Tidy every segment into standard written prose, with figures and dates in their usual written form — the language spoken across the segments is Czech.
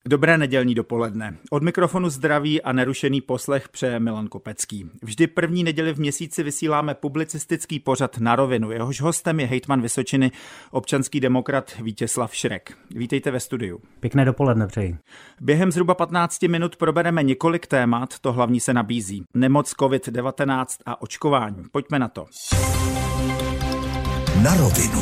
Dobré nedělní dopoledne. Od mikrofonu zdraví a nerušený poslech přeje Milan Kopecký. Vždy první neděli v měsíci vysíláme publicistický pořad Na rovinu. Jehož hostem je hejtman Vysočiny, občanský demokrat Vítězslav Šrek. Vítejte ve studiu. Pěkné dopoledne přeji. Během zhruba 15 minut probereme několik témat, to hlavní se nabízí. Nemoc COVID-19 a očkování. Pojďme na to. Na rovinu.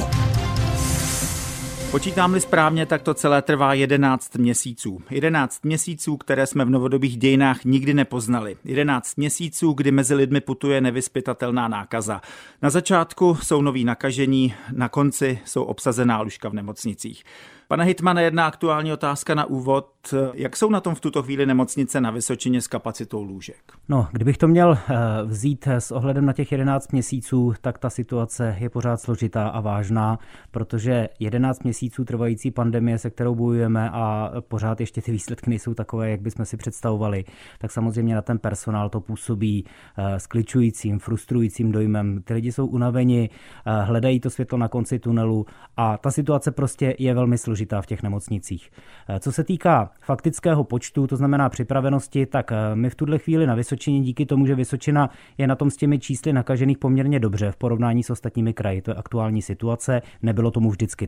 Počítám-li správně, tak to celé trvá 11 měsíců. 11 měsíců, které jsme v novodobých dějinách nikdy nepoznali. 11 měsíců, kdy mezi lidmi putuje nevyzpytatelná nákaza. Na začátku jsou noví nakažení, na konci jsou obsazená lůžka v nemocnicích. Pane hejtmane, jedna aktuální otázka na úvod. Jak jsou na tom v tuto chvíli nemocnice na Vysočině s kapacitou lůžek? No, kdybych to měl vzít s ohledem na těch 11 měsíců, tak ta situace je pořád složitá a vážná, protože 11 měsíců trvající pandemie, se kterou bojujeme a pořád ještě ty výsledky nejsou takové, jak bychom si představovali, tak samozřejmě na ten personál to působí skličujícím, frustrujícím dojmem. Ty lidi jsou unaveni, hledají to světlo na konci tunelu a ta situace prostě je velmi složitá v těch nemocnicích. Co se týká faktického počtu, to znamená připravenosti, tak my v tuhle chvíli na Vysočině díky tomu, že Vysočina je na tom s těmi čísly nakažených poměrně dobře v porovnání s ostatními kraji, to je aktuální situace, nebylo tomu vždycky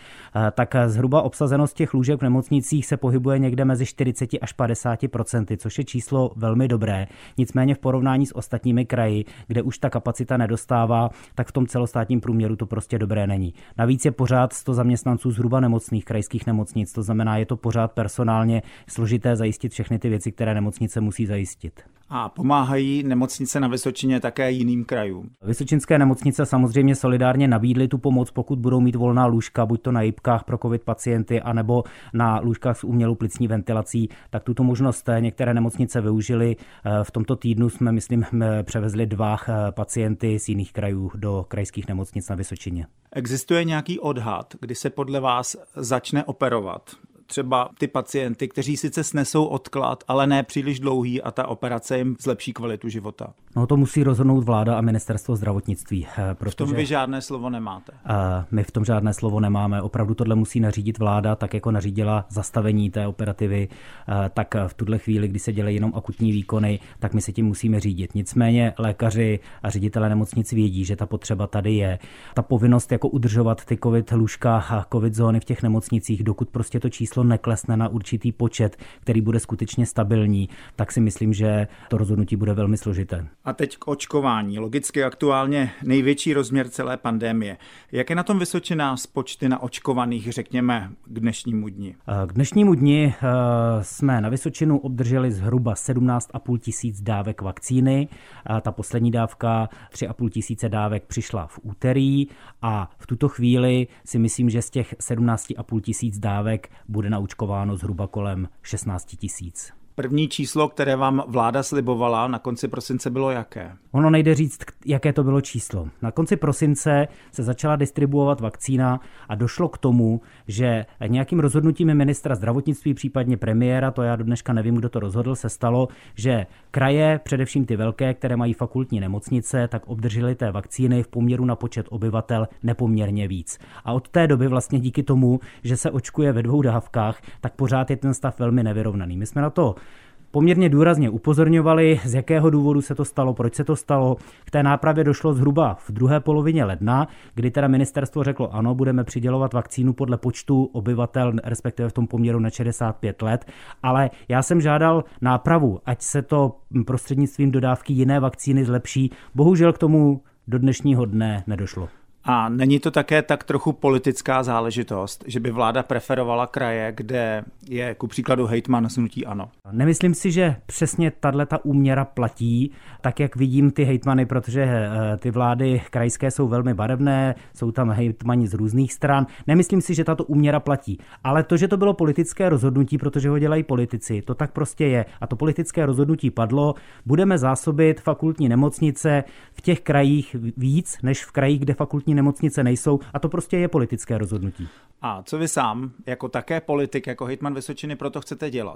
tak zhruba obsazenost těch lůžek v nemocnicích se pohybuje někde mezi 40 až 50%, což je číslo velmi dobré. Nicméně v porovnání s ostatními kraji, kde už ta kapacita nedostává, tak v tom celostátním průměru to prostě dobré není. Navíc je pořád 100 zaměstnanců zhruba nemocných krajských nemocnic, to znamená, je to pořád personálně složité zajistit všechny ty věci, které nemocnice musí zajistit. A pomáhají nemocnice na Vysočině také jiným krajům? Vysočinské nemocnice samozřejmě solidárně nabídly tu pomoc, pokud budou mít volná lůžka, buď to na jipkách pro covid pacienty, anebo na lůžkách s umělou plicní ventilací, tak tuto možnost některé nemocnice využily. V tomto týdnu jsme, myslím, převezli 2 pacienty z jiných krajů do krajských nemocnic na Vysočině. Existuje nějaký odhad, kdy se podle vás začne operovat? Třeba ty pacienty, kteří sice snesou odklad, ale ne příliš dlouhý a ta operace jim zlepší kvalitu života. No to musí rozhodnout vláda a ministerstvo zdravotnictví. Protože v tom vy žádné slovo nemáte. My v tom žádné slovo nemáme. Opravdu tohle musí nařídit vláda, tak jako nařídila zastavení té operativy, tak v tuhle chvíli, kdy se dělají jenom akutní výkony, tak my se tím musíme řídit. Nicméně lékaři a ředitelé nemocnic vědí, že ta potřeba tady je. Ta povinnost jako udržovat ty covid lůžka a covid zóny v těch nemocnicích, dokud prostě to číslo neklesne na určitý počet, který bude skutečně stabilní, tak si myslím, že to rozhodnutí bude velmi složité. A teď k očkování. Logicky aktuálně největší rozměr celé pandemie. Jak je na tom Vysočina s počty na očkovaných, řekněme, k dnešnímu dni? K dnešnímu dni jsme na Vysočinu obdrželi zhruba 17 500 dávek vakcíny. Ta poslední dávka 3 500 dávek přišla v úterý a v tuto chvíli si myslím, že z těch 17 500 dávek bude naočkováno zhruba kolem 16 000. První číslo, které vám vláda slibovala na konci prosince, bylo jaké? Ono nejde říct, jaké to bylo číslo. Na konci prosince se začala distribuovat vakcína a došlo k tomu, že nějakým rozhodnutím ministra zdravotnictví, případně premiéra, to já do dneška nevím, kdo to rozhodl, se stalo, že kraje, především ty velké, které mají fakultní nemocnice, tak obdržely té vakcíny v poměru na počet obyvatel nepoměrně víc. A od té doby vlastně díky tomu, že se očkuje ve 2 dávkách, tak pořád je ten stav velmi nevyrovnaný. My jsme na to poměrně důrazně upozorňovali, z jakého důvodu se to stalo, proč se to stalo. K té nápravě došlo zhruba v druhé polovině ledna, kdy teda ministerstvo řeklo ano, budeme přidělovat vakcínu podle počtu obyvatel, respektive v tom poměru na 65 let, ale já jsem žádal nápravu, ať se to prostřednictvím dodávky jiné vakcíny zlepší. Bohužel k tomu do dnešního dne nedošlo. A není to také tak trochu politická záležitost, že by vláda preferovala kraje, kde je ku příkladu hejtman z hnutí ANO? Nemyslím si, že přesně tato úměra platí, tak jak vidím ty hejtmany, protože ty vlády krajské jsou velmi barevné, jsou tam hejtmani z různých stran. Nemyslím si, že tato úměra platí, ale to, že to bylo politické rozhodnutí, protože ho dělají politici, to tak prostě je. A to politické rozhodnutí padlo, budeme zásobit fakultní nemocnice v těch krajích víc, než v krajích, kde fakultní nemocnice nejsou, a to prostě je politické rozhodnutí. A co vy sám, jako také politik, jako hejtman Vysočiny, proto chcete dělat?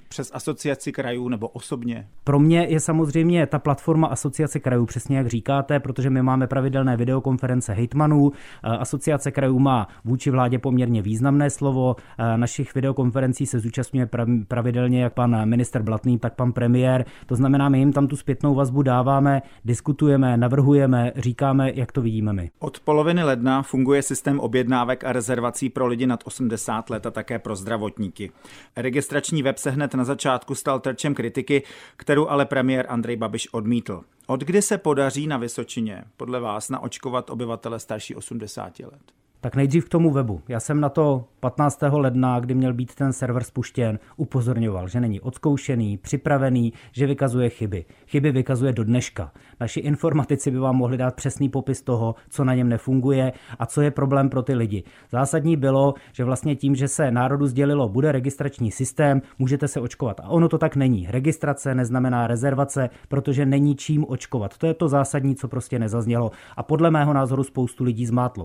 Přes Asociaci krajů nebo osobně? Pro mě je samozřejmě ta platforma Asociace krajů, přesně jak říkáte, protože my máme pravidelné videokonference hejtmanů. Asociace krajů má vůči vládě poměrně významné slovo. Našich videokonferencí se zúčastňuje pravidelně jak pan ministr Blatný, tak pan premiér. To znamená, my jim tam tu zpětnou vazbu dáváme, diskutujeme, navrhujeme, říkáme, jak to vidíme my. Od poloviny ledna funguje systém objednávek a rezervací pro lidi nad 80 let a také pro zdravotníky. Registrační web se hned na začátku stal terčem kritiky, kterou ale premiér Andrej Babiš odmítl. Od kdy se podaří na Vysočině podle vás naočkovat obyvatele starší 80 let? Tak nejdřív k tomu webu. Já jsem na to 15. ledna, kdy měl být ten server spuštěn, upozorňoval, že není odzkoušený, připravený, že vykazuje chyby. Chyby vykazuje do dneška. Naši informatici by vám mohli dát přesný popis toho, co na něm nefunguje a co je problém pro ty lidi. Zásadní bylo, že vlastně tím, že se národu sdělilo, bude registrační systém, můžete se očkovat. A ono to tak není. Registrace neznamená rezervace, protože není čím očkovat. To je to zásadní, co prostě nezaznělo. A podle mého názoru spoustu lidí zmátlo.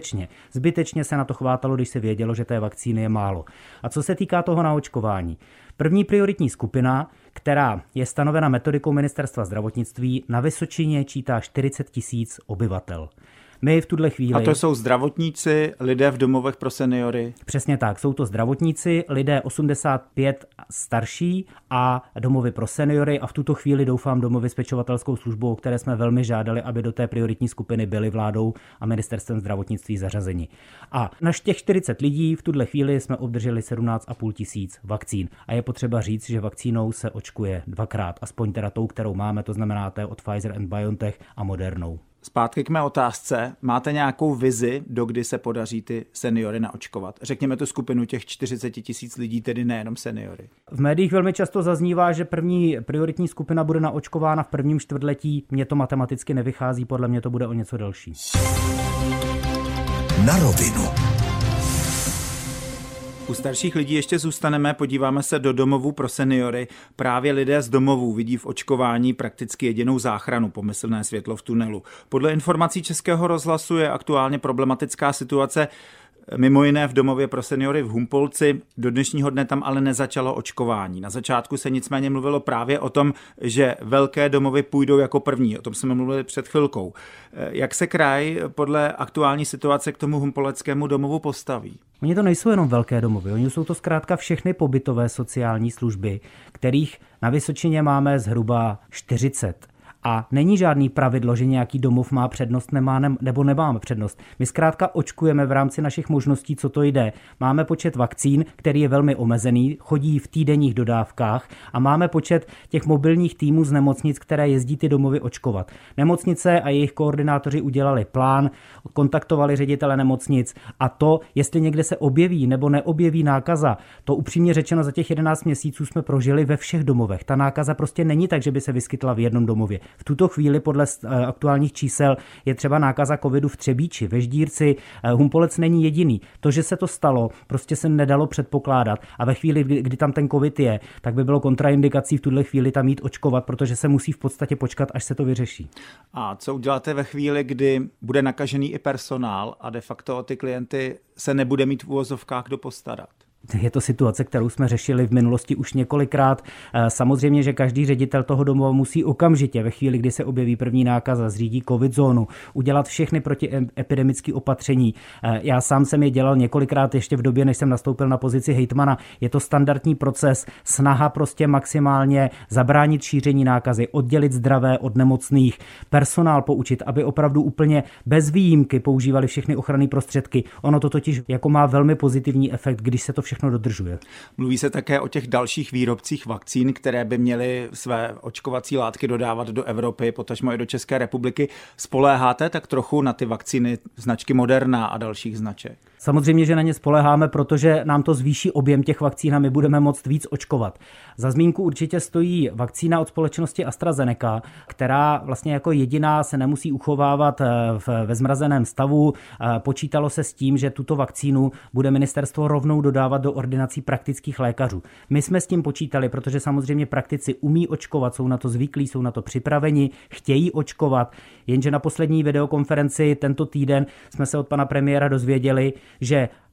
Zbytečně se na to chvátalo, když se vědělo, že té vakcíny je málo. A co se týká toho naočkování. První prioritní skupina, která je stanovena metodikou Ministerstva zdravotnictví, na Vysočině čítá 40 000 obyvatel. My v tuhle chvíli... A to jsou zdravotníci, lidé v domovech pro seniory? Přesně tak, jsou to zdravotníci, lidé 85 starší a domovy pro seniory a v tuto chvíli doufám domovy s pečovatelskou službou, které jsme velmi žádali, aby do té prioritní skupiny byly vládou a ministerstvem zdravotnictví zařazeni. A na těch 40 lidí v tuhle chvíli jsme obdrželi 17 500 vakcín. A je potřeba říct, že vakcínou se očkuje dvakrát, aspoň teda tou, kterou máme, to znamená té od Pfizer and BioNTech a Modernou. Zpátky k mé otázce. Máte nějakou vizi, dokdy se podaří ty seniory naočkovat? Řekněme tu skupinu těch 40 000 lidí, tedy nejenom seniory. V médiích velmi často zaznívá, že první prioritní skupina bude naočkována v prvním čtvrtletí. Mně to matematicky nevychází, podle mě to bude o něco delší. Na rovinu. U starších lidí ještě zůstaneme, podíváme se do domovů pro seniory. Právě lidé z domovů vidí v očkování prakticky jedinou záchranu, pomyslné světlo v tunelu. Podle informací Českého rozhlasu je aktuálně problematická situace mimo jiné v domově pro seniory v Humpolci. Do dnešního dne tam ale nezačalo očkování. Na začátku se nicméně mluvilo právě o tom, že velké domovy půjdou jako první. O tom jsme mluvili před chvilkou. Jak se kraj podle aktuální situace k tomu humpoleckému domovu postaví? Oni to nejsou jenom velké domovy, oni jsou to zkrátka všechny pobytové sociální služby, kterých na Vysočině máme zhruba 40. A není žádný pravidlo, že nějaký domov má přednost, nebo nemáme přednost. My zkrátka očkujeme v rámci našich možností, co to jde. Máme počet vakcín, který je velmi omezený, chodí v týdenních dodávkách a máme počet těch mobilních týmů z nemocnic, které jezdí ty domovy očkovat. Nemocnice a jejich koordinátoři udělali plán, kontaktovali ředitele nemocnic a to, jestli někde se objeví nebo neobjeví nákaza, to upřímně řečeno za těch 11 měsíců jsme prožili ve všech domovech. Ta nákaza prostě není tak, že by se vyskytla v jednom domově. V tuto chvíli podle aktuálních čísel je třeba nákaza covidu v Třebíči, ve Ždírci, Humpolec není jediný. To, že se to stalo, prostě se nedalo předpokládat a ve chvíli, kdy tam ten covid je, tak by bylo kontraindikací v tuhle chvíli tam jít očkovat, protože se musí v podstatě počkat, až se to vyřeší. A co uděláte ve chvíli, kdy bude nakažený i personál a de facto o ty klienty se nebude mít v uvozovkách kdo postarat? Je to situace, kterou jsme řešili v minulosti už několikrát. Samozřejmě, že každý ředitel toho domova musí okamžitě ve chvíli, kdy se objeví první nákaza, zřídí covid zónu, udělat všechny protiepidemické opatření. Já sám jsem je dělal několikrát ještě v době, než jsem nastoupil na pozici hejtmana. Je to standardní proces, snaha prostě maximálně zabránit šíření nákazy, oddělit zdravé od nemocných, personál poučit, aby opravdu úplně bez výjimky používali všechny ochranné prostředky. Ono to totiž jako má velmi pozitivní efekt, když se to všechno dodržuje. Mluví se také o těch dalších výrobcích vakcín, které by měly své očkovací látky dodávat do Evropy, potažmo i do České republiky. Spoléháte tak trochu na ty vakcíny značky Moderna a dalších značek? Samozřejmě, že na ně spoléháme, protože nám to zvýší objem těch vakcín a my budeme moct víc očkovat. Za zmínku určitě stojí vakcína od společnosti AstraZeneca, která vlastně jako jediná se nemusí uchovávat ve zmrazeném stavu. Počítalo se s tím, že tuto vakcínu bude ministerstvo rovnou dodávat do ordinací praktických lékařů. My jsme s tím počítali, protože samozřejmě praktici umí očkovat, jsou na to zvyklí, jsou na to připraveni, chtějí očkovat, jenže na poslední videokonferenci tento týden jsme se od pana premiéra dozvěděli, že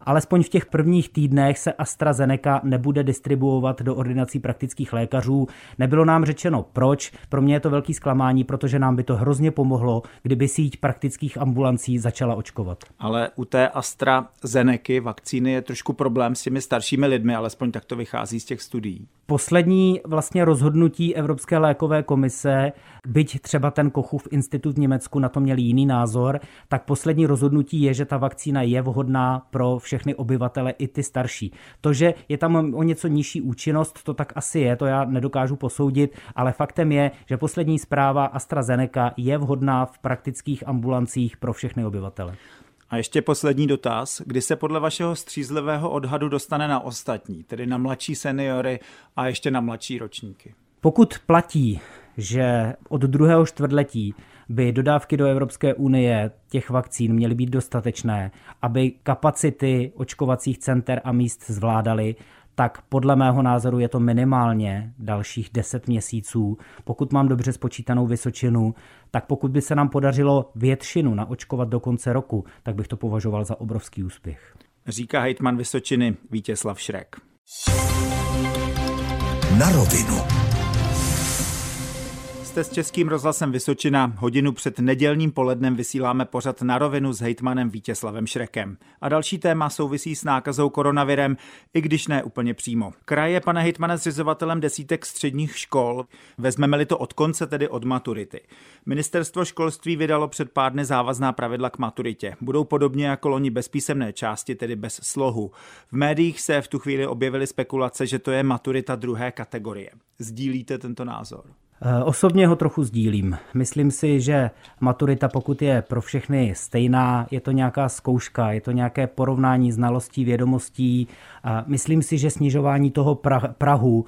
alespoň v těch prvních týdnech se AstraZeneca nebude distribuovat do ordinací praktických lékařů. Nebylo nám řečeno proč, pro mě je to velký zklamání, protože nám by to hrozně pomohlo, kdyby síť praktických ambulancí začala očkovat. Ale u té AstraZenecy vakcíny je trošku problém s těmi staršími lidmi, alespoň tak to vychází z těch studií. Poslední vlastně rozhodnutí Evropské lékové komise, byť třeba ten Kochův institut v Německu na to měl jiný názor, tak poslední rozhodnutí je, že ta vakcína je vhodná pro všechny obyvatele i ty starší. To, že je tam o něco nižší účinnost, to tak asi je, to já nedokážu posoudit, ale faktem je, že poslední zpráva AstraZeneca je vhodná v praktických ambulancích pro všechny obyvatele. A ještě poslední dotaz. Kdy se podle vašeho střízlivého odhadu dostane na ostatní, tedy na mladší seniory a ještě na mladší ročníky? Pokud platí, že od druhého čtvrtletí by dodávky do Evropské unie těch vakcín měly být dostatečné, aby kapacity očkovacích center a míst zvládaly, tak podle mého názoru je to minimálně dalších 10 měsíců. Pokud mám dobře spočítanou Vysočinu, tak pokud by se nám podařilo většinu naočkovat do konce roku, tak bych to považoval za obrovský úspěch. Říká hejtman Vysočiny Vítězslav Šrek. Na rovinu. Jste s Českým rozhlasem Vysočina. Hodinu před nedělním polednem vysíláme pořad Na rovinu s hejtmanem Vítězslavem Šrekem. A další téma souvisí s nákazou koronavirem, i když ne úplně přímo. Kraj je, pane hejtmane, zřizovatelem desítek středních škol. Vezmeme-li to od konce, tedy od maturity. Ministerstvo školství vydalo před pár dny závazná pravidla k maturitě. Budou podobně jako loni bez písemné části, tedy bez slohu. V médiích se v tu chvíli objevily spekulace, že to je maturita druhé kategorie. Sdílíte tento názor? Osobně ho trochu sdílím. Myslím si, že maturita, pokud je pro všechny stejná, je to nějaká zkouška, je to nějaké porovnání znalostí, vědomostí. Myslím si, že snižování toho prahu,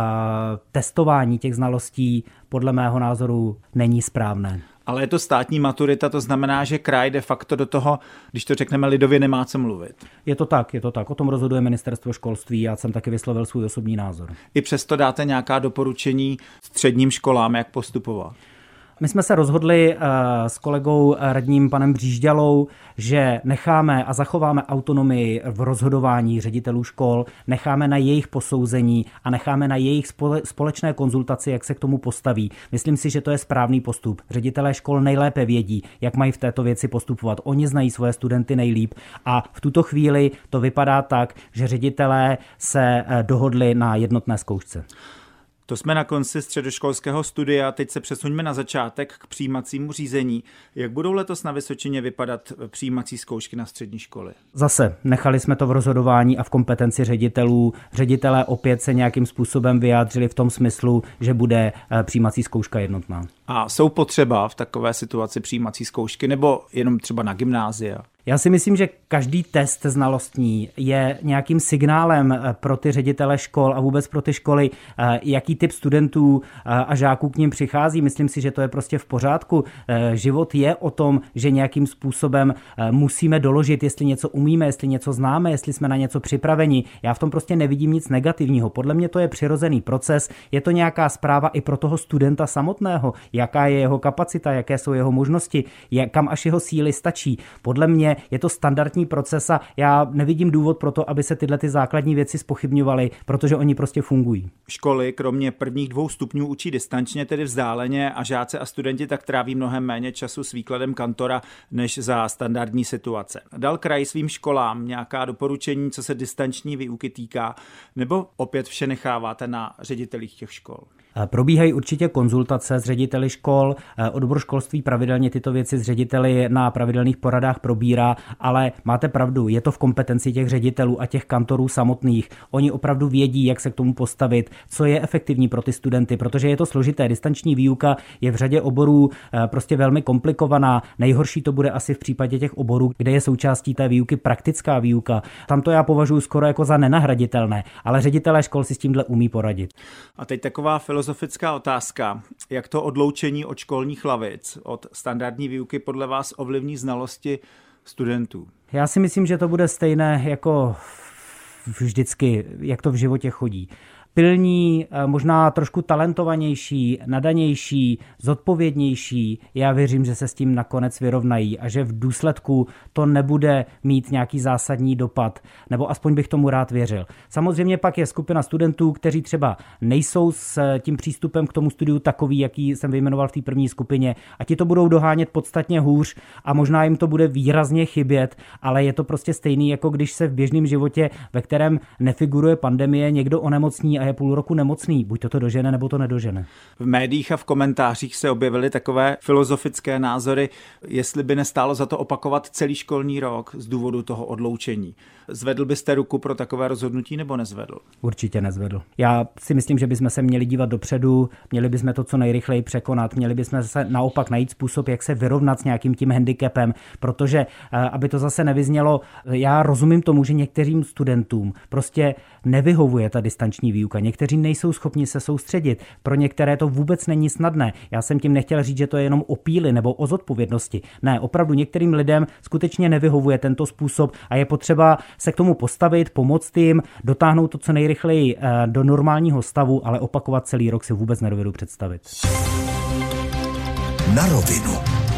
testování těch znalostí podle mého názoru není správné. Ale je to státní maturita, to znamená, že kraj de facto do toho, když to řekneme lidově, nemá co mluvit. Je to tak. O tom rozhoduje ministerstvo školství, já jsem taky vyslovil svůj osobní názor. I přesto dáte nějaká doporučení středním školám, jak postupovat? My jsme se rozhodli s kolegou radním panem Břížďalou, že necháme a zachováme autonomii v rozhodování ředitelů škol, necháme na jejich posouzení a necháme na jejich společné konzultaci, jak se k tomu postaví. Myslím si, že to je správný postup. Ředitelé škol nejlépe vědí, jak mají v této věci postupovat. Oni znají svoje studenty nejlíp a v tuto chvíli to vypadá tak, že ředitelé se dohodli na jednotné zkoušce. To jsme na konci středoškolského studia, teď se přesuňme na začátek k přijímacímu řízení. Jak budou letos na Vysočině vypadat přijímací zkoušky na střední školy? Zase nechali jsme to v rozhodování a v kompetenci ředitelů. Ředitelé opět se nějakým způsobem vyjádřili v tom smyslu, že bude přijímací zkouška jednotná. A jsou potřeba v takové situaci přijímací zkoušky nebo jenom třeba na gymnázia? Já si myslím, že každý test znalostní je nějakým signálem pro ty ředitele škol a vůbec pro ty školy, jaký typ studentů a žáků k nim přichází. Myslím si, že to je prostě v pořádku. Život je o tom, že nějakým způsobem musíme doložit, jestli něco umíme, jestli něco známe, jestli jsme na něco připraveni. Já v tom prostě nevidím nic negativního. Podle mě to je přirozený proces, je to nějaká zpráva i pro toho studenta samotného, jaká je jeho kapacita, jaké jsou jeho možnosti, kam až jeho síly stačí. Podle mě je to standardní proces a já nevidím důvod pro to, aby se tyhle ty základní věci zpochybňovaly, protože oni prostě fungují. Školy kromě prvních 2 stupňů učí distančně, tedy vzdáleně, a žáci a studenti tak tráví mnohem méně času s výkladem kantora než za standardní situace. Dal kraj svým školám nějaká doporučení, co se distanční výuky týká, nebo opět vše necháváte na ředitelích těch škol? Probíhají určitě konzultace s řediteli škol, odbor školství pravidelně tyto věci s řediteli na pravidelných poradách probírá, ale máte pravdu, je to v kompetenci těch ředitelů a těch kantorů samotných. Oni opravdu vědí, jak se k tomu postavit, co je efektivní pro ty studenty, protože je to složité. Distanční výuka je v řadě oborů prostě velmi komplikovaná. Nejhorší to bude asi v případě těch oborů, kde je součástí té výuky praktická výuka. Tam to já považuji skoro jako za nenahraditelné, ale ředitelé škol si s tímhle umí poradit. A teď taková filozofická otázka. Jak to odloučení od školních lavic, od standardní výuky podle vás ovlivní znalosti studentů? Já si myslím, že to bude stejné jako vždycky, jak to v životě chodí. pilní, možná trošku talentovanější, nadanější, zodpovědnější, já věřím, že se s tím nakonec vyrovnají a že v důsledku to nebude mít nějaký zásadní dopad, nebo aspoň bych tomu rád věřil. Samozřejmě pak je skupina studentů, kteří třeba nejsou s tím přístupem k tomu studiu takový, jaký jsem vyjmenoval v té první skupině, a ti to budou dohánět podstatně hůř a možná jim to bude výrazně chybět, ale je to prostě stejný, jako když se v běžném životě, ve kterém nefiguruje pandemie, někdo onemocní a je půl roku nemocný. Buď to dožene, nebo to nedožene. V médiích a v komentářích se objevily takové filozofické názory, jestli by nestálo za to opakovat celý školní rok z důvodu toho odloučení. Zvedl byste ruku pro takové rozhodnutí nebo nezvedl? Určitě nezvedl. Já si myslím, že bychom se měli dívat dopředu, měli bychom to co nejrychleji překonat, měli bychom se naopak najít způsob, jak se vyrovnat s nějakým tím handicapem, protože aby to zase nevyznělo, já rozumím tomu, že některým studentům prostě nevyhovuje ta distanční výuka. Někteří nejsou schopni se soustředit, pro některé to vůbec není snadné. Já jsem tím nechtěl říct, že to je jenom o píli nebo o zodpovědnosti. Ne, opravdu některým lidem skutečně nevyhovuje tento způsob a je potřeba se k tomu postavit, pomoct jim, dotáhnout to co nejrychleji do normálního stavu, ale opakovat celý rok si vůbec nedovedu představit. Na rovinu.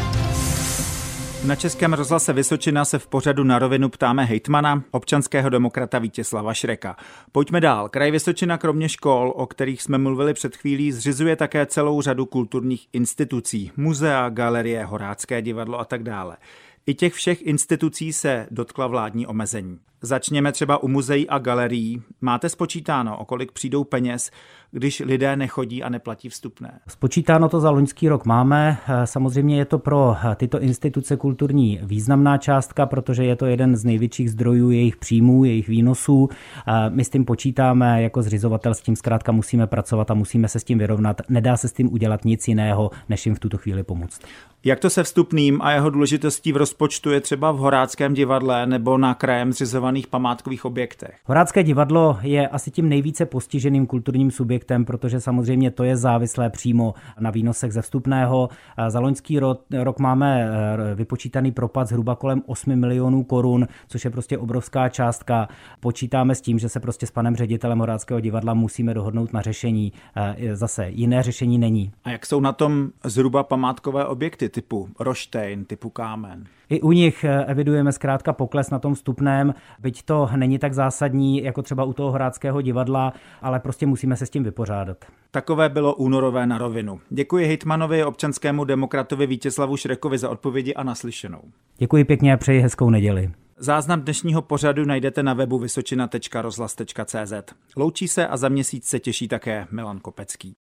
Na Českém rozhlase Vysočina se v pořadu Na rovinu ptáme hejtmana, občanského demokrata Vítězslava Šreka. Pojďme dál. Kraj Vysočina kromě škol, o kterých jsme mluvili před chvílí, zřizuje také celou řadu kulturních institucí. Muzea, galerie, Horácké divadlo a tak dále. I těch všech institucí se dotkla vládní omezení. Začněme třeba u muzeí a galerií. Máte spočítáno, o kolik přijdou peněz, když lidé nechodí a neplatí vstupné? Spočítáno to za loňský rok máme. Samozřejmě je to pro tyto instituce kulturní významná částka, protože je to jeden z největších zdrojů jejich příjmů, jejich výnosů. My s tím počítáme, jako zřizovatel s tím zkrátka musíme pracovat a musíme se s tím vyrovnat. Nedá se s tím udělat nic jiného, než jim v tuto chvíli pomoct. Jak to se vstupným a jeho důležitostí v rozpočtu je třeba v Horáckém divadle nebo na krajem zřizovaných památkových objektech? Horácké divadlo je asi tím nejvíce postiženým kulturním subjektem, protože samozřejmě to je závislé přímo na výnosech ze vstupného. Za loňský rok máme vypočítaný propad zhruba kolem 8 milionů korun, což je prostě obrovská částka. Počítáme s tím, že se prostě s panem ředitelem Horáckého divadla musíme dohodnout na řešení. Zase jiné řešení není. A jak jsou na tom zhruba památkové objekty typu Roštejn, typu Kámen? I u nich evidujeme zkrátka pokles na tom vstupném, byť to není tak zásadní jako třeba u toho Horáckého divadla, ale prostě musíme se s tím vypořádat. Takové bylo únorové Na rovinu. Děkuji hejtmanovi, občanskému demokratovi Vítězslavu Šrekovi za odpovědi a naslyšenou. Děkuji pěkně a přeji hezkou neděli. Záznam dnešního pořadu najdete na webu vysočina.rozhlas.cz. Loučí se a za měsíc se těší také Milan Kopecký.